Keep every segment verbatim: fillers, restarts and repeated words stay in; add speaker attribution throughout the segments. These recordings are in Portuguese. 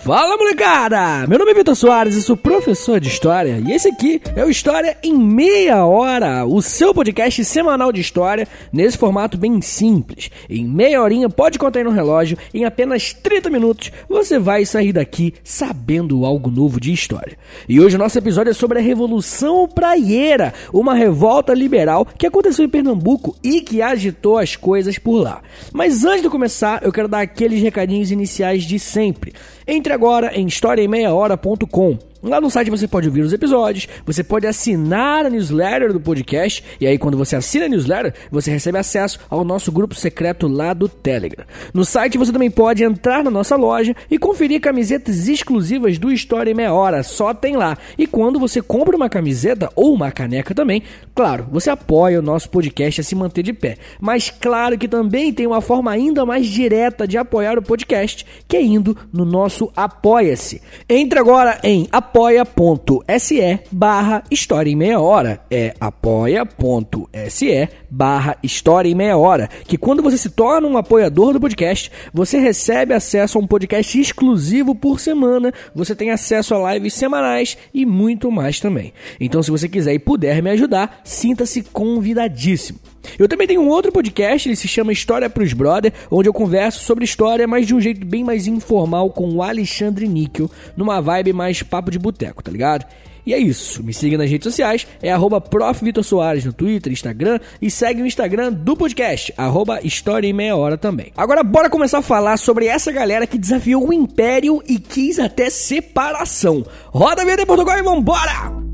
Speaker 1: Fala, molecada! Meu nome é Vitor Soares e sou professor de História, e esse aqui é o História em Meia Hora, o seu podcast semanal de História, nesse formato bem simples. Em meia horinha, pode contar aí no relógio, em apenas trinta minutos, você vai sair daqui sabendo algo novo de História. E hoje o nosso episódio é sobre a Revolução Praieira, uma revolta liberal que aconteceu em Pernambuco e que agitou as coisas por lá. Mas antes de começar, eu quero dar aqueles recadinhos iniciais de sempre. Entre agora em história em meia hora ponto com. Lá no site você pode ouvir os episódios, você pode assinar a newsletter do podcast, e aí quando você assina a newsletter, você recebe acesso ao nosso grupo secreto lá do Telegram. No site você também pode entrar na nossa loja e conferir camisetas exclusivas do História em Meia Hora, só tem lá. E quando você compra uma camiseta ou uma caneca também, claro, você apoia o nosso podcast a se manter de pé. Mas claro que também tem uma forma ainda mais direta de apoiar o podcast, que é indo no nosso Apoia-se. Entre agora em apoia.se barra História em Meia Hora. É apoia.se barra História em Meia Hora, que quando você se torna um apoiador do podcast, você recebe acesso a um podcast exclusivo por semana, você tem acesso a lives semanais e muito mais também. Então, se você quiser e puder me ajudar, sinta-se convidadíssimo. Eu também tenho um outro podcast, ele se chama História pros Brother, onde eu converso sobre história, mas de um jeito bem mais informal com o Alexandre Níquel, numa vibe mais papo de boteco, tá ligado? E é isso, me siga nas redes sociais, é arroba prof Vitor Soares no Twitter, Instagram, e segue o Instagram do podcast, arroba História em Meia Hora também. Agora bora começar a falar sobre essa galera que desafiou o Império e quis até separação. Roda a vinheta em Portugal e vambora!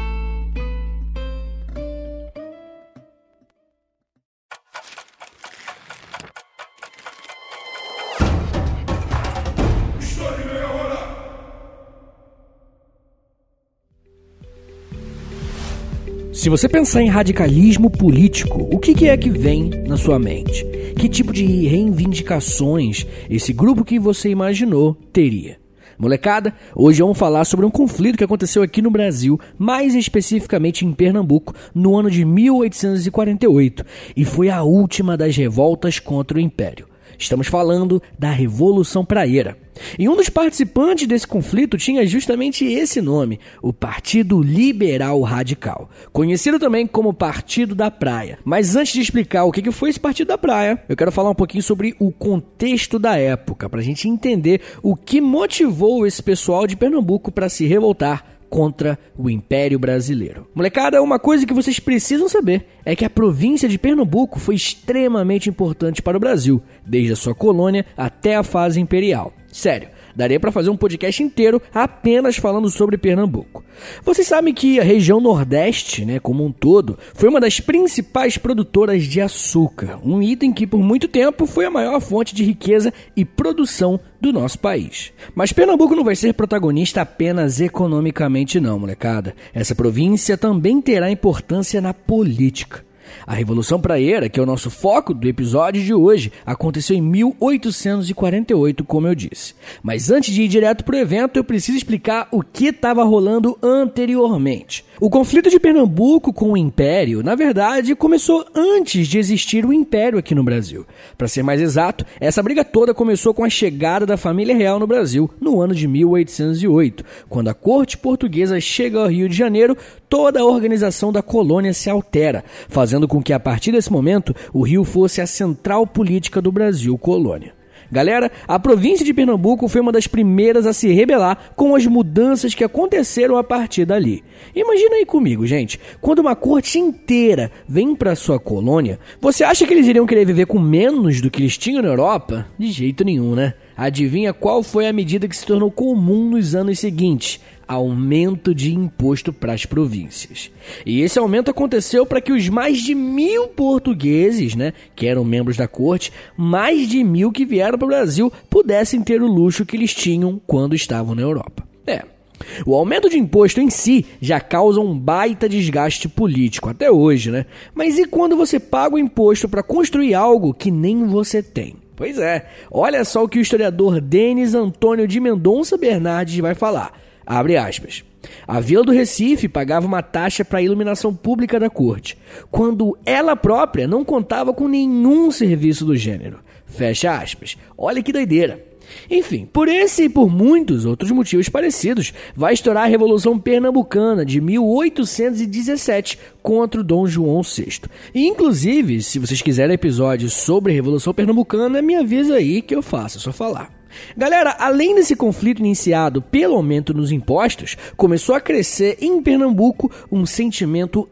Speaker 1: Se você pensar em radicalismo político, o que é que vem na sua mente? Que tipo de reivindicações esse grupo que você imaginou teria? Molecada, hoje vamos falar sobre um conflito que aconteceu aqui no Brasil, mais especificamente em Pernambuco, no ano de mil oitocentos e quarenta e oito, e foi a última das revoltas contra o Império. Estamos falando da Revolução Praieira. E um dos participantes desse conflito tinha justamente esse nome, o Partido Liberal Radical, conhecido também como Partido da Praia. Mas antes de explicar o que foi esse Partido da Praia, eu quero falar um pouquinho sobre o contexto da época, para a gente entender o que motivou esse pessoal de Pernambuco para se revoltar contra o Império Brasileiro. Molecada, uma coisa que vocês precisam saber é que a província de Pernambuco foi extremamente importante para o Brasil, desde a sua colônia até a fase imperial. Sério, daria para fazer um podcast inteiro apenas falando sobre Pernambuco. Vocês sabem que a região Nordeste, né, como um todo, foi uma das principais produtoras de açúcar, um item que por muito tempo foi a maior fonte de riqueza e produção do nosso país. Mas Pernambuco não vai ser protagonista apenas economicamente não, molecada. Essa província também terá importância na política. A Revolução Praieira, que é o nosso foco do episódio de hoje, aconteceu em mil oitocentos e quarenta e oito, como eu disse. Mas antes de ir direto para o evento, eu preciso explicar o que estava rolando anteriormente. O conflito de Pernambuco com o Império, na verdade, começou antes de existir o Império aqui no Brasil. Para ser mais exato, essa briga toda começou com a chegada da família real no Brasil, no ano de mil oitocentos e oito. Quando a corte portuguesa chega ao Rio de Janeiro, toda a organização da colônia se altera, fazendo com que a partir desse momento o Rio fosse a central política do Brasil colônia. Galera, a província de Pernambuco foi uma das primeiras a se rebelar com as mudanças que aconteceram a partir dali. Imagina aí comigo, gente, quando uma corte inteira vem para sua colônia, você acha que eles iriam querer viver com menos do que eles tinham na Europa? De jeito nenhum, né? Adivinha qual foi a medida que se tornou comum nos anos seguintes? Aumento de imposto para as províncias. E esse aumento aconteceu para que os mais de mil portugueses, né, que eram membros da corte, mais de mil que vieram para o Brasil, pudessem ter o luxo que eles tinham quando estavam na Europa. É, o aumento de imposto em si já causa um baita desgaste político, até hoje, né? Mas e quando você paga o imposto para construir algo que nem você tem? Pois é, olha só o que o historiador Denis Antônio de Mendonça Bernardes vai falar. Abre aspas. A Vila do Recife pagava uma taxa para a iluminação pública da corte, quando ela própria não contava com nenhum serviço do gênero. Fecha aspas. Olha que doideira. Enfim, por esse e por muitos outros motivos parecidos, vai estourar a Revolução Pernambucana de mil oitocentos e dezessete contra o Dom João sexto. E, inclusive, se vocês quiserem episódios sobre a Revolução Pernambucana, me avisa aí que eu faço, é só falar. Galera, além desse conflito iniciado pelo aumento nos impostos, começou a crescer em Pernambuco um sentimento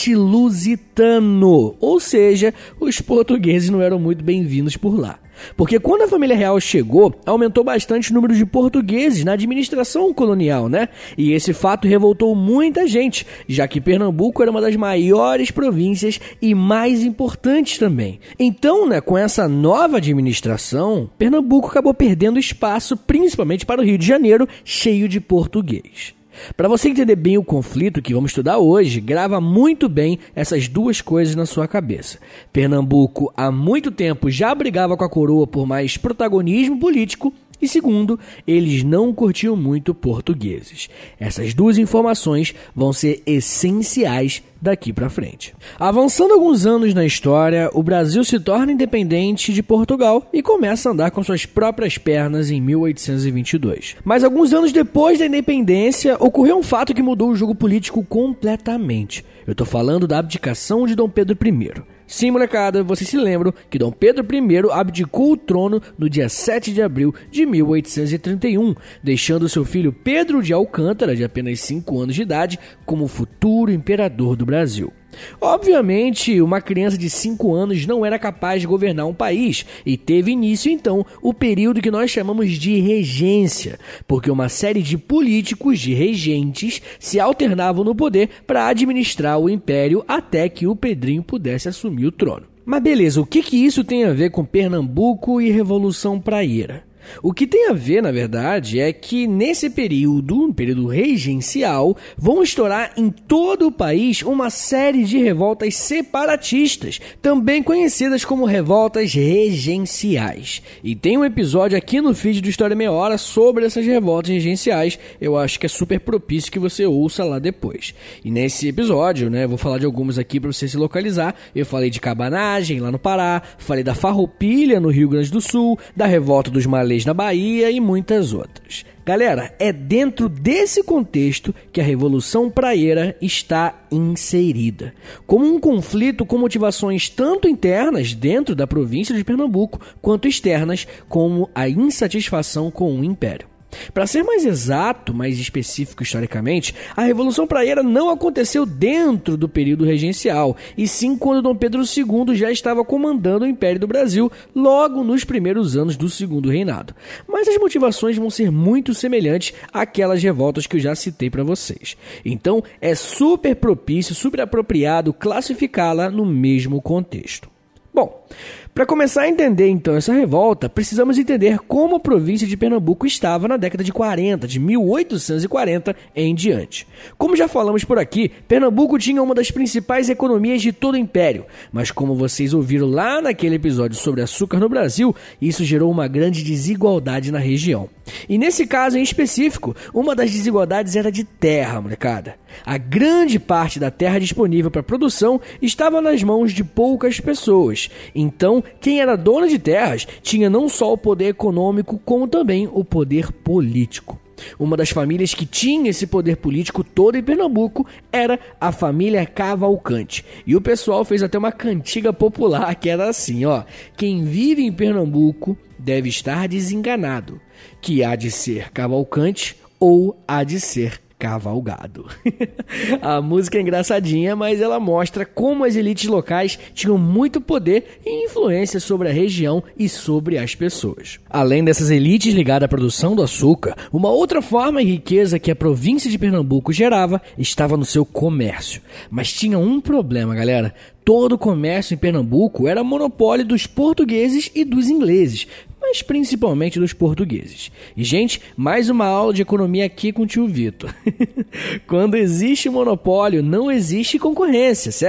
Speaker 1: anti-lusitano, ou seja, os portugueses não eram muito bem-vindos por lá. Porque quando a família real chegou, aumentou bastante o número de portugueses na administração colonial, né? E esse fato revoltou muita gente, já que Pernambuco era uma das maiores províncias e mais importantes também. Então, né, com essa nova administração, Pernambuco acabou perdendo espaço, principalmente para o Rio de Janeiro, cheio de português. Para você entender bem o conflito que vamos estudar hoje, grava muito bem essas duas coisas na sua cabeça. Pernambuco há muito tempo já brigava com a coroa por mais protagonismo político e, segundo, eles não curtiam muito portugueses. Essas duas informações vão ser essenciais daqui para frente. Avançando alguns anos na história, o Brasil se torna independente de Portugal e começa a andar com suas próprias pernas em mil oitocentos e vinte e dois. Mas alguns anos depois da independência, ocorreu um fato que mudou o jogo político completamente. Eu tô falando da abdicação de Dom Pedro I. Sim, molecada, vocês se lembram que Dom Pedro I abdicou o trono no dia sete de abril de mil oitocentos e trinta e um, deixando seu filho Pedro de Alcântara, de apenas cinco anos de idade, como futuro imperador do Brasil. Obviamente, uma criança de cinco anos não era capaz de governar um país e teve início, então, o período que nós chamamos de regência, porque uma série de políticos, de regentes, se alternavam no poder para administrar o império até que o Pedrinho pudesse assumir o trono. Mas beleza, o que, que isso tem a ver com Pernambuco e Revolução Praieira? O que tem a ver, na verdade, é que nesse período, um período regencial, vão estourar em todo o país uma série de revoltas separatistas, também conhecidas como revoltas regenciais. E tem um episódio aqui no feed do História Meia Hora sobre essas revoltas regenciais, eu acho que é super propício que você ouça lá depois. E nesse episódio, né, vou falar de algumas aqui para você se localizar. Eu falei de cabanagem lá no Pará, falei da farroupilha no Rio Grande do Sul, da revolta dos malês na Bahia e muitas outras. Galera, é dentro desse contexto que a Revolução Praieira está inserida, como um conflito com motivações tanto internas dentro da província de Pernambuco, quanto externas, como a insatisfação com o Império. Para ser mais exato, mais específico historicamente, a Revolução Praieira não aconteceu dentro do período regencial, e sim quando Dom Pedro segundo já estava comandando o Império do Brasil, logo nos primeiros anos do segundo reinado. Mas as motivações vão ser muito semelhantes àquelas revoltas que eu já citei para vocês. Então é super propício, super apropriado classificá-la no mesmo contexto. Bom, para começar a entender então essa revolta, precisamos entender como a província de Pernambuco estava na década de quarenta, de mil oitocentos e quarenta em diante. Como já falamos por aqui, Pernambuco tinha uma das principais economias de todo o Império, mas como vocês ouviram lá naquele episódio sobre açúcar no Brasil, isso gerou uma grande desigualdade na região. E nesse caso em específico, uma das desigualdades era de terra, molecada. A grande parte da terra disponível para produção estava nas mãos de poucas pessoas. Então, quem era dono de terras tinha não só o poder econômico, como também o poder político. Uma das famílias que tinha esse poder político todo em Pernambuco era a família Cavalcante. E o pessoal fez até uma cantiga popular que era assim, ó: quem vive em Pernambuco deve estar desenganado, que há de ser Cavalcante ou há de ser cavalgado. A música é engraçadinha, mas ela mostra como as elites locais tinham muito poder e influência sobre a região e sobre as pessoas. Além dessas elites ligadas à produção do açúcar, uma outra forma e riqueza que a província de Pernambuco gerava estava no seu comércio. Mas tinha um problema, galera. Todo o comércio em Pernambuco era monopólio dos portugueses e dos ingleses, mas principalmente dos portugueses. E, gente, mais uma aula de economia aqui com o tio Vitor. Quando existe monopólio, não existe concorrência, certo?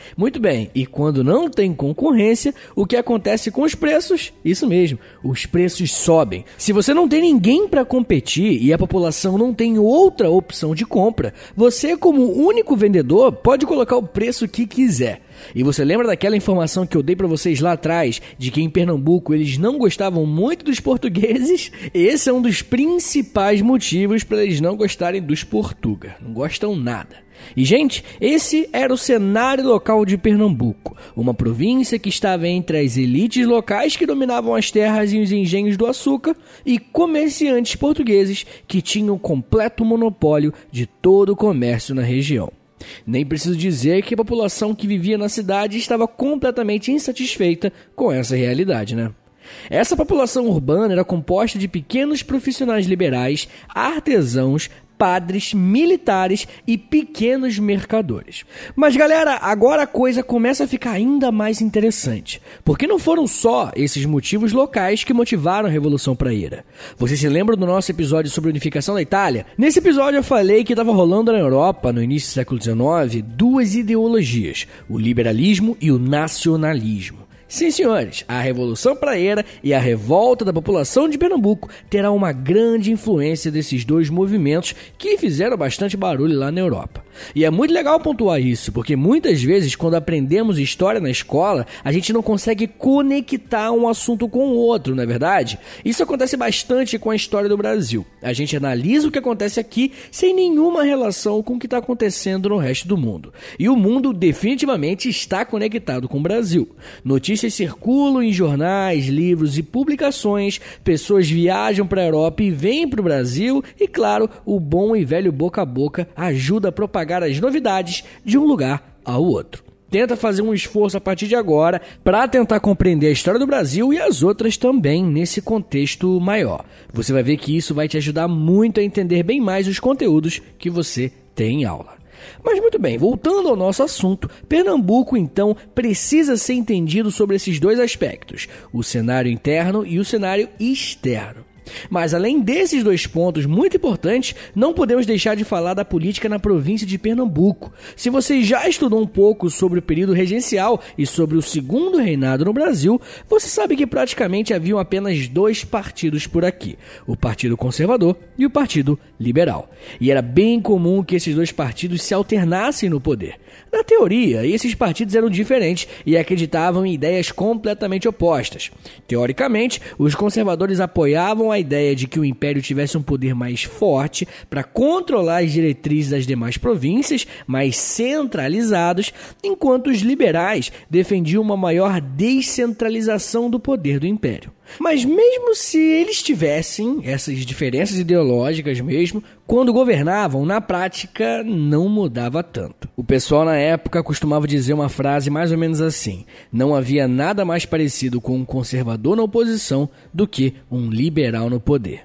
Speaker 1: Muito bem, e quando não tem concorrência, o que acontece com os preços? Isso mesmo, os preços sobem. Se você não tem ninguém para competir e a população não tem outra opção de compra, você como único vendedor pode colocar o preço que quiser. E você lembra daquela informação que eu dei para vocês lá atrás, de que em Pernambuco eles não gostavam muito dos portugueses? Esse é um dos principais motivos para eles não gostarem dos portugueses. Não gostam nada. E, gente, esse era o cenário local de Pernambuco, uma província que estava entre as elites locais que dominavam as terras e os engenhos do açúcar e comerciantes portugueses que tinham completo monopólio de todo o comércio na região. Nem preciso dizer que a população que vivia na cidade estava completamente insatisfeita com essa realidade, né? Essa população urbana era composta de pequenos profissionais liberais, artesãos, padres, militares e pequenos mercadores. Mas galera, agora a coisa começa a ficar ainda mais interessante, porque não foram só esses motivos locais que motivaram a Revolução Praieira. Você se lembra do nosso episódio sobre a unificação da Itália? Nesse episódio eu falei que estava rolando na Europa, no início do século dezenove, duas ideologias, o liberalismo e o nacionalismo. Sim, senhores, a Revolução Praieira e a revolta da população de Pernambuco terá uma grande influência desses dois movimentos que fizeram bastante barulho lá na Europa. E é muito legal pontuar isso, porque muitas vezes quando aprendemos história na escola, a gente não consegue conectar um assunto com o outro, não é verdade? Isso acontece bastante com a história do Brasil. A gente analisa o que acontece aqui sem nenhuma relação com o que está acontecendo no resto do mundo. E o mundo definitivamente está conectado com o Brasil. Notícias circulam em jornais, livros e publicações, pessoas viajam para a Europa e vêm para o Brasil e, claro, o bom e velho boca a boca ajuda a propagar as novidades de um lugar ao outro. Tenta fazer um esforço a partir de agora para tentar compreender a história do Brasil e as outras também nesse contexto maior. Você vai ver que isso vai te ajudar muito a entender bem mais os conteúdos que você tem em aula. Mas muito bem, voltando ao nosso assunto, Pernambuco então precisa ser entendido sobre esses dois aspectos, o cenário interno e o cenário externo. Mas além desses dois pontos muito importantes, não podemos deixar de falar da política na província de Pernambuco. Se você já estudou um pouco sobre o período regencial e sobre o segundo reinado no Brasil, você sabe que praticamente haviam apenas dois partidos por aqui, o Partido Conservador e o Partido Liberal. E era bem comum que esses dois partidos se alternassem no poder. Na teoria, esses partidos eram diferentes e acreditavam em ideias completamente opostas. Teoricamente, os conservadores apoiavam a ideia de que o império tivesse um poder mais forte para controlar as diretrizes das demais províncias, mais centralizados, enquanto os liberais defendiam uma maior descentralização do poder do império. Mas mesmo se eles tivessem essas diferenças ideológicas mesmo, quando governavam, na prática não mudava tanto. O pessoal na época costumava dizer uma frase mais ou menos assim: não havia nada mais parecido com um conservador na oposição do que um liberal no poder.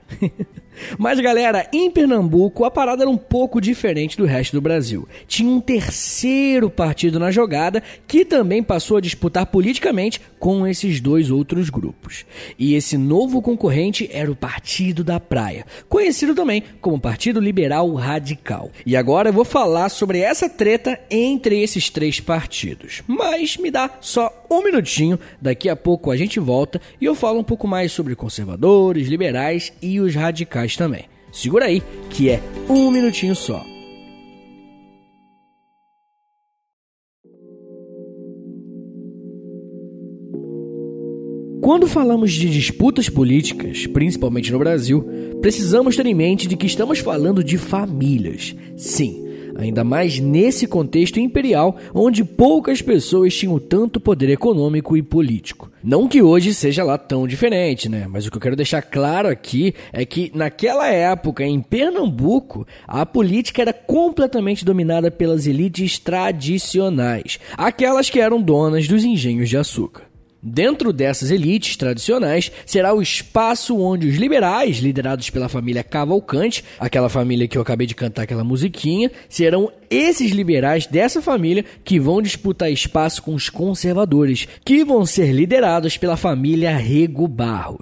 Speaker 1: Mas galera, em Pernambuco a parada era um pouco diferente do resto do Brasil. Tinha um terceiro partido na jogada que também passou a disputar politicamente com esses dois outros grupos. E esse novo concorrente era o Partido da Praia, conhecido também como Partido Liberal Radical. E agora eu vou falar sobre essa treta entre esses três partidos. Mas me dá só um minutinho, daqui a pouco a gente volta e eu falo um pouco mais sobre conservadores, liberais e os radicais também. Segura aí, que é um minutinho só. Quando falamos de disputas políticas, principalmente no Brasil, precisamos ter em mente de que estamos falando de famílias. Sim, ainda mais nesse contexto imperial, onde poucas pessoas tinham tanto poder econômico e político. Não que hoje seja lá tão diferente, né? Mas o que eu quero deixar claro aqui é que naquela época, em Pernambuco, a política era completamente dominada pelas elites tradicionais, aquelas que eram donas dos engenhos de açúcar. Dentro dessas elites tradicionais, será o espaço onde os liberais, liderados pela família Cavalcante, aquela família que eu acabei de cantar aquela musiquinha, serão esses liberais dessa família que vão disputar espaço com os conservadores, que vão ser liderados pela família Rego Barros.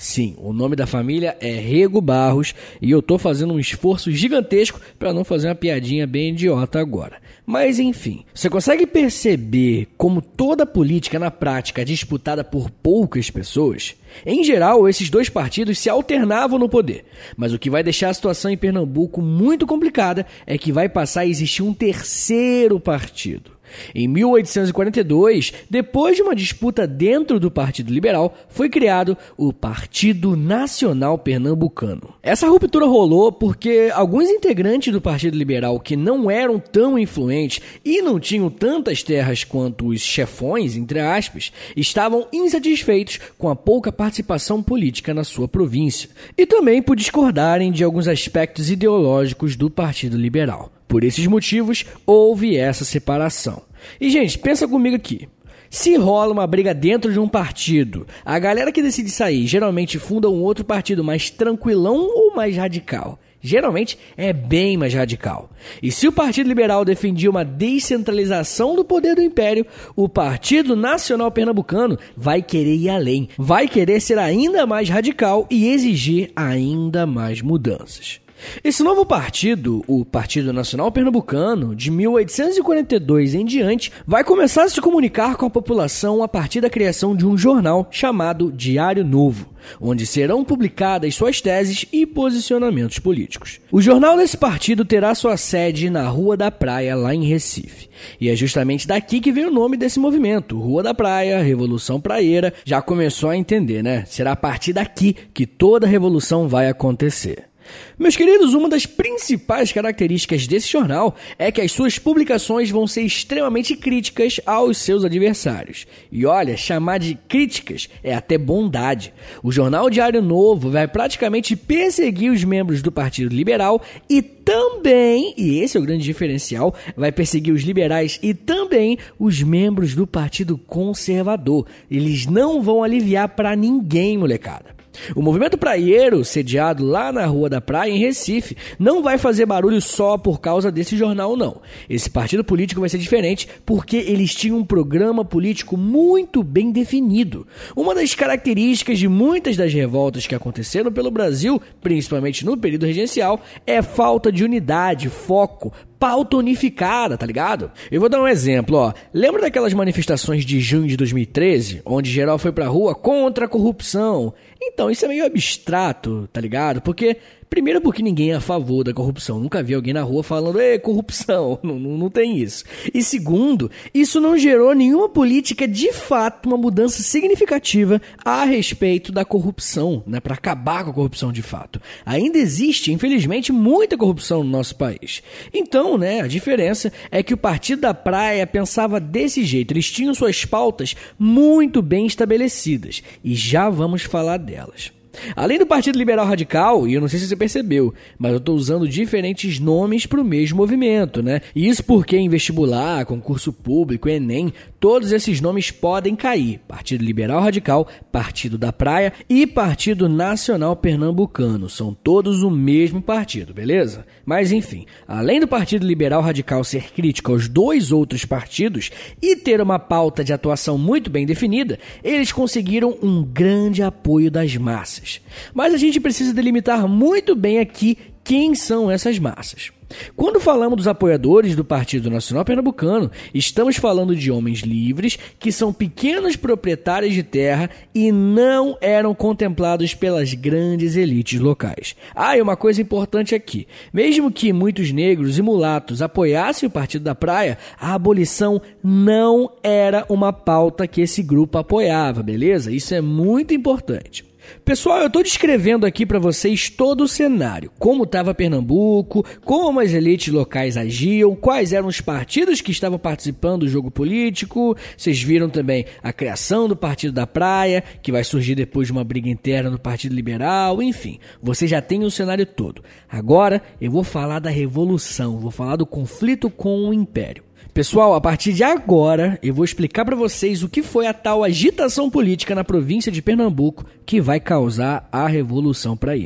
Speaker 1: Sim, o nome da família é Rego Barros e eu tô fazendo um esforço gigantesco para não fazer uma piadinha bem idiota agora. Mas enfim, você consegue perceber como toda política na prática é disputada por poucas pessoas? Em geral, esses dois partidos se alternavam no poder, mas o que vai deixar a situação em Pernambuco muito complicada é que vai passar a existir um terceiro partido. Em mil oitocentos e quarenta e dois, depois de uma disputa dentro do Partido Liberal, foi criado o Partido Nacional Pernambucano. Essa ruptura rolou porque alguns integrantes do Partido Liberal que não eram tão influentes e não tinham tantas terras quanto os chefões, entre aspas, estavam insatisfeitos com a pouca participação política na sua província e também por discordarem de alguns aspectos ideológicos do Partido Liberal. Por esses motivos, houve essa separação. E, gente, pensa comigo aqui. Se rola uma briga dentro de um partido, a galera que decide sair geralmente funda um outro partido mais tranquilão ou mais radical? Geralmente é bem mais radical. E se o Partido Liberal defendia uma descentralização do poder do Império, o Partido Nacional Pernambucano vai querer ir além, vai querer ser ainda mais radical e exigir ainda mais mudanças. Esse novo partido, o Partido Nacional Pernambucano, de mil oitocentos e quarenta e dois em diante, vai começar a se comunicar com a população a partir da criação de um jornal chamado Diário Novo, onde serão publicadas suas teses e posicionamentos políticos. O jornal desse partido terá sua sede na Rua da Praia, lá em Recife. E é justamente daqui que vem o nome desse movimento, Rua da Praia, Revolução Praieira. Já começou a entender, né? Será a partir daqui que toda a revolução vai acontecer. Meus queridos, uma das principais características desse jornal é que as suas publicações vão ser extremamente críticas aos seus adversários. E olha, chamar de críticas é até bondade. O jornal Diário Novo vai praticamente perseguir os membros do Partido Liberal e também, e esse é o grande diferencial, vai perseguir os liberais e também os membros do Partido Conservador. Eles não vão aliviar pra ninguém, molecada. O movimento praieiro, sediado lá na Rua da Praia, em Recife, não vai fazer barulho só por causa desse jornal, não. Esse partido político vai ser diferente porque eles tinham um programa político muito bem definido. Uma das características de muitas das revoltas que aconteceram pelo Brasil, principalmente no período regencial, é falta de unidade, foco, pauta unificada, tá ligado? Eu vou dar um exemplo, ó. Lembra daquelas manifestações de junho de dois mil e treze, onde geral foi pra rua contra a corrupção? Então, isso é meio abstrato, tá ligado? Porque, primeiro porque ninguém é a favor da corrupção. Nunca vi alguém na rua falando, ei, corrupção. Não, não, não tem isso. E segundo, isso não gerou nenhuma política, de fato, uma mudança significativa a respeito da corrupção, né? Pra acabar com a corrupção de fato. Ainda existe, infelizmente, muita corrupção no nosso país. Então, né, a diferença é que o Partido da Praia pensava desse jeito. Eles tinham suas pautas muito bem estabelecidas. E já vamos falar delas. Além do Partido Liberal Radical, e eu não sei se você percebeu, mas eu estou usando diferentes nomes para o mesmo movimento, né? E isso porque em vestibular, concurso público, Enem, todos esses nomes podem cair. Partido Liberal Radical, Partido da Praia e Partido Nacional Pernambucano. São todos o mesmo partido, beleza? Mas enfim, além do Partido Liberal Radical ser crítico aos dois outros partidos e ter uma pauta de atuação muito bem definida, eles conseguiram um grande apoio das massas. Mas a gente precisa delimitar muito bem aqui quem são essas massas. Quando falamos dos apoiadores do Partido Nacional Pernambucano, estamos falando de homens livres que são pequenos proprietários de terra e não eram contemplados pelas grandes elites locais. Ah, e uma coisa importante aqui, mesmo que muitos negros e mulatos apoiassem o Partido da Praia, a abolição não era uma pauta que esse grupo apoiava, beleza? Isso é muito importante. Pessoal, eu estou descrevendo aqui para vocês todo o cenário, como estava Pernambuco, como as elites locais agiam, quais eram os partidos que estavam participando do jogo político. Vocês viram também a criação do Partido da Praia, que vai surgir depois de uma briga interna no Partido Liberal, enfim, você já tem o cenário todo. Agora eu vou falar da Revolução, vou falar do conflito com o Império. Pessoal, a partir de agora, eu vou explicar para vocês o que foi a tal agitação política na província de Pernambuco que vai causar a Revolução Praieira.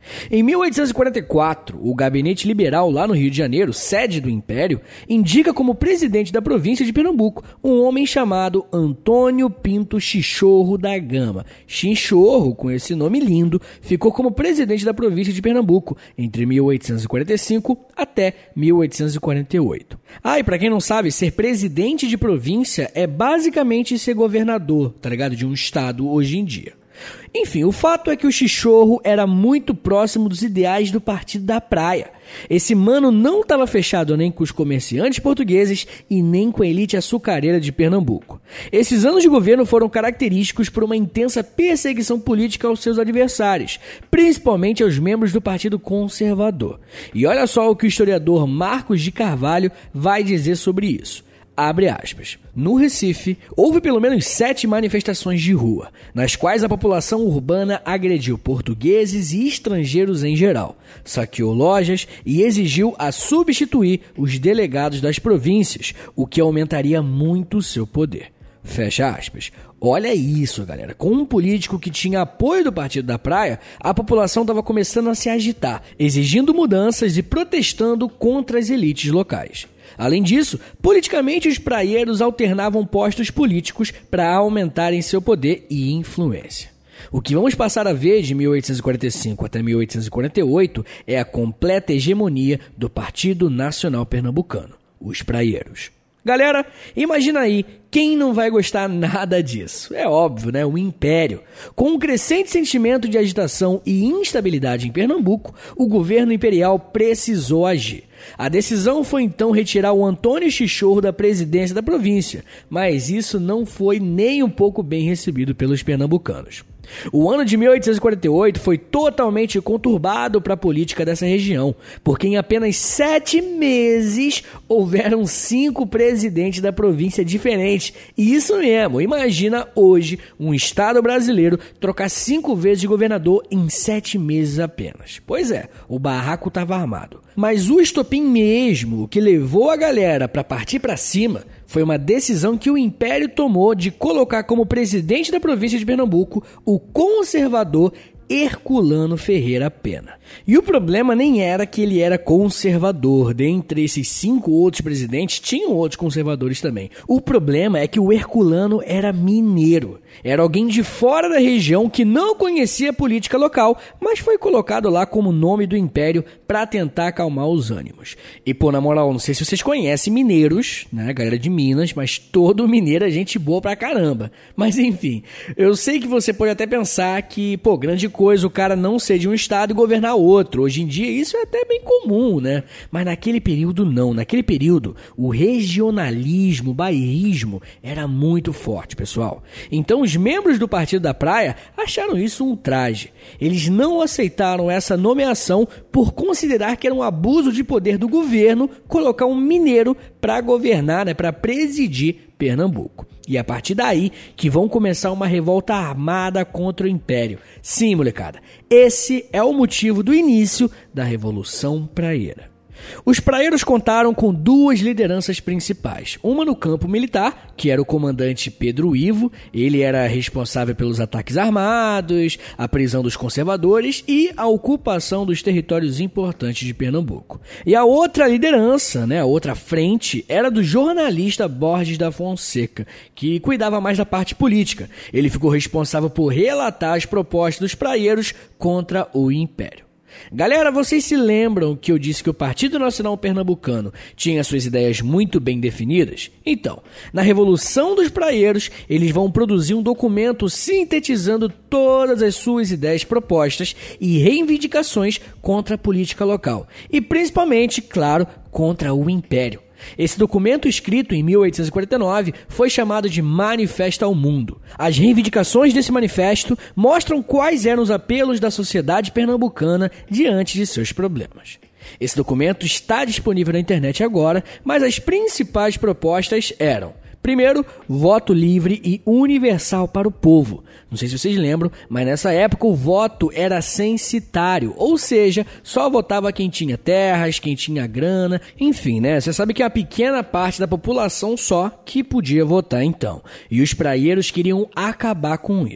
Speaker 1: Em mil oitocentos e quarenta e quatro, o Gabinete Liberal lá no Rio de Janeiro, sede do Império, indica como presidente da província de Pernambuco um homem chamado Antônio Pinto Chichorro da Gama. Chichorro, com esse nome lindo, ficou como presidente da província de Pernambuco entre mil oitocentos e quarenta e cinco até mil oitocentos e quarenta e oito. Ah, e pra quem não sabe, ser presidente de província é basicamente ser governador, tá ligado? De um estado hoje em dia. Enfim, o fato é que o Chichorro era muito próximo dos ideais do Partido da Praia. Esse mano não estava fechado nem com os comerciantes portugueses e nem com a elite açucareira de Pernambuco. Esses anos de governo foram característicos por uma intensa perseguição política aos seus adversários, principalmente aos membros do Partido Conservador. E olha só o que o historiador Marcos de Carvalho vai dizer sobre isso. Abre aspas. No Recife, houve pelo menos sete manifestações de rua, nas quais a população urbana agrediu portugueses e estrangeiros em geral, saqueou lojas e exigiu a substituir os delegados das províncias, o que aumentaria muito seu poder. Fecha aspas. Olha isso, galera. Com um político que tinha apoio do Partido da Praia, a população estava começando a se agitar, exigindo mudanças e protestando contra as elites locais. Além disso, politicamente os praieiros alternavam postos políticos para aumentarem seu poder e influência. O que vamos passar a ver de mil oitocentos e quarenta e cinco até mil oitocentos e quarenta e oito é a completa hegemonia do Partido Nacional Pernambucano, os praieiros. Galera, imagina aí, quem não vai gostar nada disso? É óbvio, né? O Império. Com um crescente sentimento de agitação e instabilidade em Pernambuco, o governo imperial precisou agir. A decisão foi então retirar o Antônio Chichorro da presidência da província, mas isso não foi nem um pouco bem recebido pelos pernambucanos. O ano de mil oitocentos e quarenta e oito foi totalmente conturbado para a política dessa região, porque em apenas sete meses houveram cinco presidentes da província diferentes. E isso mesmo, imagina hoje um estado brasileiro trocar cinco vezes de governador em sete meses apenas. Pois é, o barraco estava armado. Mas o estopim mesmo que levou a galera para partir para cima foi uma decisão que o Império tomou de colocar como presidente da província de Pernambuco o conservador Herculano Ferreira Pena. E o problema nem era que ele era conservador. Dentre esses cinco outros presidentes, tinham outros conservadores também. O problema é que o Herculano era mineiro. Era alguém de fora da região que não conhecia a política local, mas foi colocado lá como nome do Império para tentar acalmar os ânimos. E, pô, na moral, não sei se vocês conhecem mineiros, né, galera de Minas, mas todo mineiro é gente boa pra caramba. Mas, enfim, eu sei que você pode até pensar que, pô, grande coisa o cara não ser de um estado e governar outro. Hoje em dia isso é até bem comum, né? Mas naquele período não. Naquele período o regionalismo, o bairrismo era muito forte, pessoal. Então os membros do Partido da Praia acharam isso um ultraje. Eles não aceitaram essa nomeação por considerar que era um abuso de poder do governo colocar um mineiro para governar, né, para presidir Pernambuco. E a partir daí que vão começar uma revolta armada contra o Império. Sim, molecada, esse é o motivo do início da Revolução Praieira. Os praeiros contaram com duas lideranças principais. Uma no campo militar, que era o comandante Pedro Ivo. Ele era responsável pelos ataques armados, a prisão dos conservadores e a ocupação dos territórios importantes de Pernambuco. E a outra liderança, né, a outra frente, era do jornalista Borges da Fonseca, que cuidava mais da parte política. Ele ficou responsável por relatar as propostas dos praeiros contra o Império. Galera, vocês se lembram que eu disse que o Partido Nacional Pernambucano tinha suas ideias muito bem definidas? Então, na Revolução dos Praeiros, eles vão produzir um documento sintetizando todas as suas ideias propostas e reivindicações contra a política local. E principalmente, claro, contra o Império. Esse documento, escrito em mil oitocentos e quarenta e nove, foi chamado de Manifesto ao Mundo. As reivindicações desse manifesto mostram quais eram os apelos da sociedade pernambucana diante de seus problemas. Esse documento está disponível na internet agora, mas as principais propostas eram: primeiro, voto livre e universal para o povo. Não sei se vocês lembram, mas nessa época o voto era censitário, ou seja, só votava quem tinha terras, quem tinha grana, enfim, né? Você sabe que é a pequena parte da população só que podia votar então. E os praeiros queriam acabar com isso.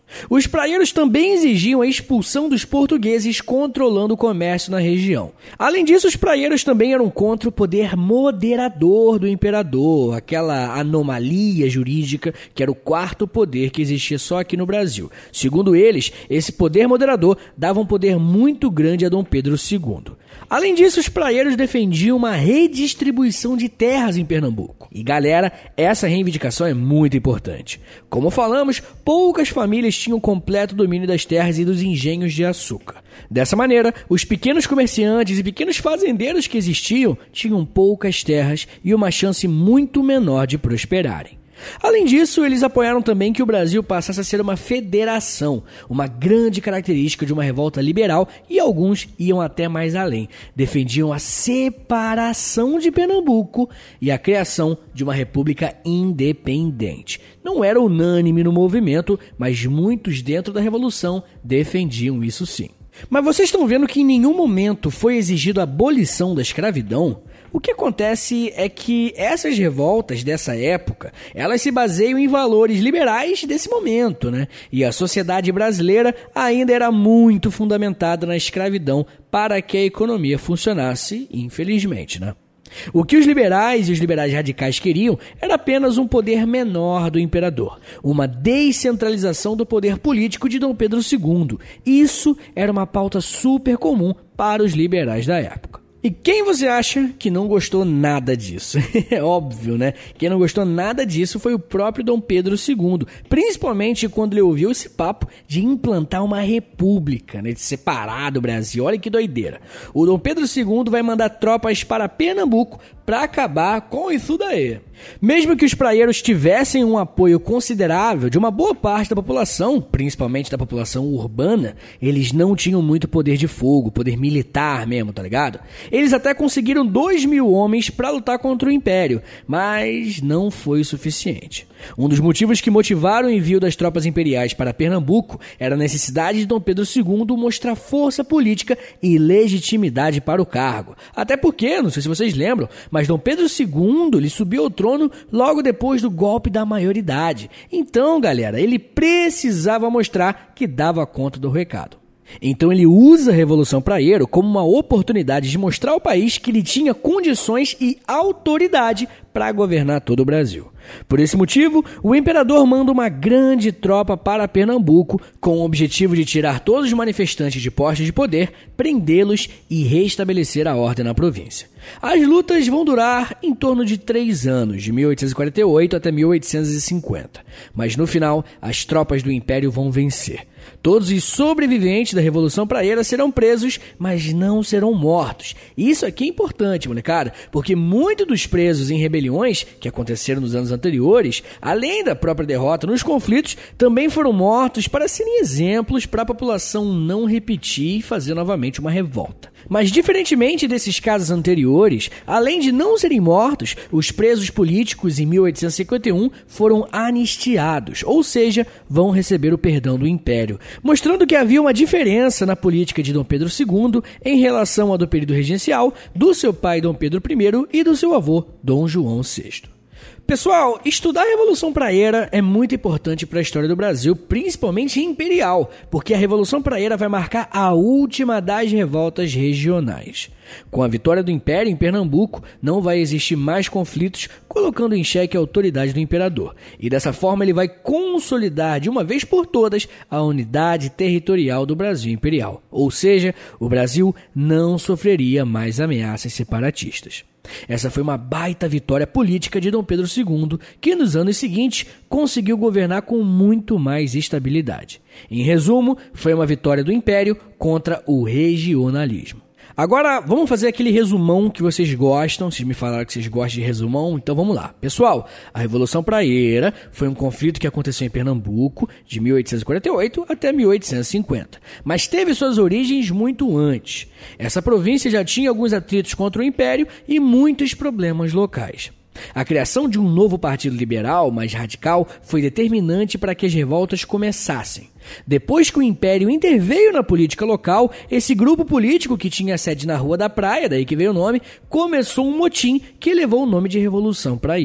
Speaker 1: Os praieiros também exigiam a expulsão dos portugueses controlando o comércio na região. Além disso, os praieiros também eram contra o poder moderador do imperador, aquela anomalia jurídica que era o quarto poder que existia só aqui no Brasil. Segundo eles, esse poder moderador dava um poder muito grande a Dom Pedro segundo. Além disso, os praieiros defendiam uma redistribuição de terras em Pernambuco. E galera, essa reivindicação é muito importante. Como falamos, poucas famílias tinham completo domínio das terras e dos engenhos de açúcar. Dessa maneira, os pequenos comerciantes e pequenos fazendeiros que existiam tinham poucas terras e uma chance muito menor de prosperarem. Além disso, eles apoiaram também que o Brasil passasse a ser uma federação, uma grande característica de uma revolta liberal, e alguns iam até mais além. Defendiam a separação de Pernambuco e a criação de uma república independente. Não era unânime no movimento, mas muitos dentro da Revolução defendiam isso sim. Mas vocês estão vendo que em nenhum momento foi exigido a abolição da escravidão? O que acontece é que essas revoltas dessa época, elas se baseiam em valores liberais desse momento, né? E a sociedade brasileira ainda era muito fundamentada na escravidão para que a economia funcionasse, infelizmente, né? O que os liberais e os liberais radicais queriam era apenas um poder menor do imperador, uma descentralização do poder político de Dom Pedro segundo. Isso era uma pauta super comum para os liberais da época. E quem você acha que não gostou nada disso? É óbvio, né? Quem não gostou nada disso foi o próprio Dom Pedro segundo, principalmente quando ele ouviu esse papo de implantar uma república, né? De separar do Brasil. Olha que doideira. O Dom Pedro segundo vai mandar tropas para Pernambuco para acabar com isso daí. Mesmo que os praieiros tivessem um apoio considerável de uma boa parte da população, principalmente da população urbana, eles não tinham muito poder de fogo, poder militar mesmo, tá ligado? Eles até conseguiram dois mil homens para lutar contra o Império, mas não foi o suficiente. Um dos motivos que motivaram o envio das tropas imperiais para Pernambuco era a necessidade de Dom Pedro segundo mostrar força política e legitimidade para o cargo. Até porque, não sei se vocês lembram, mas Dom Pedro segundo ele subiu ao trono logo depois do golpe da maioridade. Então, galera, ele precisava mostrar que dava conta do recado. Então ele usa a Revolução Praieira como uma oportunidade de mostrar ao país que ele tinha condições e autoridade para governar todo o Brasil. Por esse motivo, o imperador manda uma grande tropa para Pernambuco com o objetivo de tirar todos os manifestantes de postos de poder, prendê-los e restabelecer a ordem na província. As lutas vão durar em torno de três anos, de mil oitocentos e quarenta e oito até mil oitocentos e cinquenta. Mas no final, as tropas do Império vão vencer. Todos os sobreviventes da Revolução Praieira serão presos, mas não serão mortos. E isso aqui é importante, molecada, porque muitos dos presos em rebeliões que aconteceram nos anos anteriores, além da própria derrota nos conflitos, também foram mortos para serem exemplos para a população não repetir e fazer novamente uma revolta. Mas diferentemente desses casos anteriores, além de não serem mortos, os presos políticos em mil oitocentos e cinquenta e um foram anistiados, ou seja, vão receber o perdão do Império, mostrando que havia uma diferença na política de Dom Pedro segundo em relação à do período regencial, do seu pai Dom Pedro primeiro e do seu avô Dom João sexto. Pessoal, estudar a Revolução Praieira é muito importante para a história do Brasil, principalmente imperial, porque a Revolução Praieira vai marcar a última das revoltas regionais. Com a vitória do Império em Pernambuco, não vai existir mais conflitos, colocando em xeque a autoridade do imperador. E dessa forma ele vai consolidar de uma vez por todas a unidade territorial do Brasil imperial. Ou seja, o Brasil não sofreria mais ameaças separatistas. Essa foi uma baita vitória política de Dom Pedro segundo, que nos anos seguintes conseguiu governar com muito mais estabilidade. Em resumo, foi uma vitória do Império contra o regionalismo. Agora, vamos fazer aquele resumão que vocês gostam. Vocês me falaram que vocês gostam de resumão, então vamos lá. Pessoal, a Revolução Praieira foi um conflito que aconteceu em Pernambuco de mil oitocentos e quarenta e oito até mil oitocentos e cinquenta, mas teve suas origens muito antes. Essa província já tinha alguns atritos contra o Império e muitos problemas locais. A criação de um novo partido liberal, mais radical, foi determinante para que as revoltas começassem. Depois que o Império interveio na política local, esse grupo político, que tinha sede na Rua da Praia, daí que veio o nome, começou um motim que levou o nome de Revolução Praieira.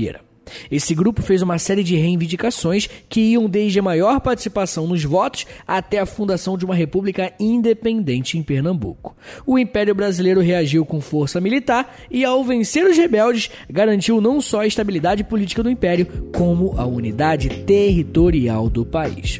Speaker 1: Esse grupo fez uma série de reivindicações que iam desde a maior participação nos votos até a fundação de uma república independente em Pernambuco. O Império Brasileiro reagiu com força militar e, ao vencer os rebeldes, garantiu não só a estabilidade política do Império, como a unidade territorial do país.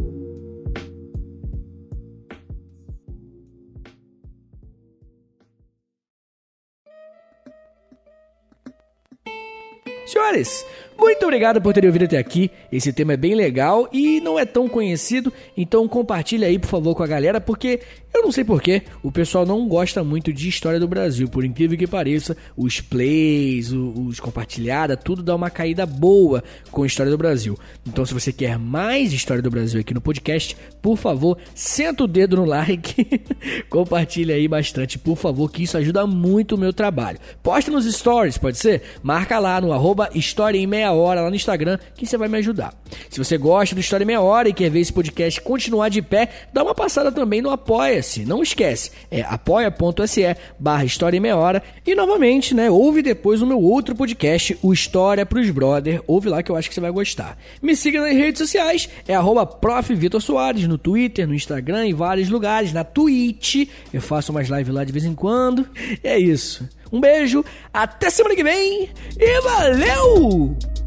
Speaker 1: Senhores, muito obrigado por terem ouvido até aqui. Esse tema é bem legal e não é tão conhecido, então compartilha aí, por favor, com a galera, porque eu não sei porquê, o pessoal não gosta muito de história do Brasil. Por incrível que pareça, os plays, os compartilhada, tudo dá uma caída boa com a história do Brasil. Então, se você quer mais história do Brasil aqui no podcast, por favor, senta o dedo no like, compartilha aí bastante, por favor, que isso ajuda muito o meu trabalho. Posta nos stories, pode ser? Marca lá no arroba História em Meia Hora lá no Instagram, que você vai me ajudar. Se você gosta do História em Meia Hora e quer ver esse podcast continuar de pé, dá uma passada também no Apoia-se. Não esquece, é apoia.se barra História em Meia Hora. E novamente, né, ouve depois o meu outro podcast, o História pros Brother. Ouve lá que eu acho que você vai gostar. Me siga nas redes sociais, é arroba prof Vitor Soares, no Twitter, no Instagram, em vários lugares, na Twitch. Eu faço umas lives lá de vez em quando. E é isso. Um beijo, até semana que vem e valeu!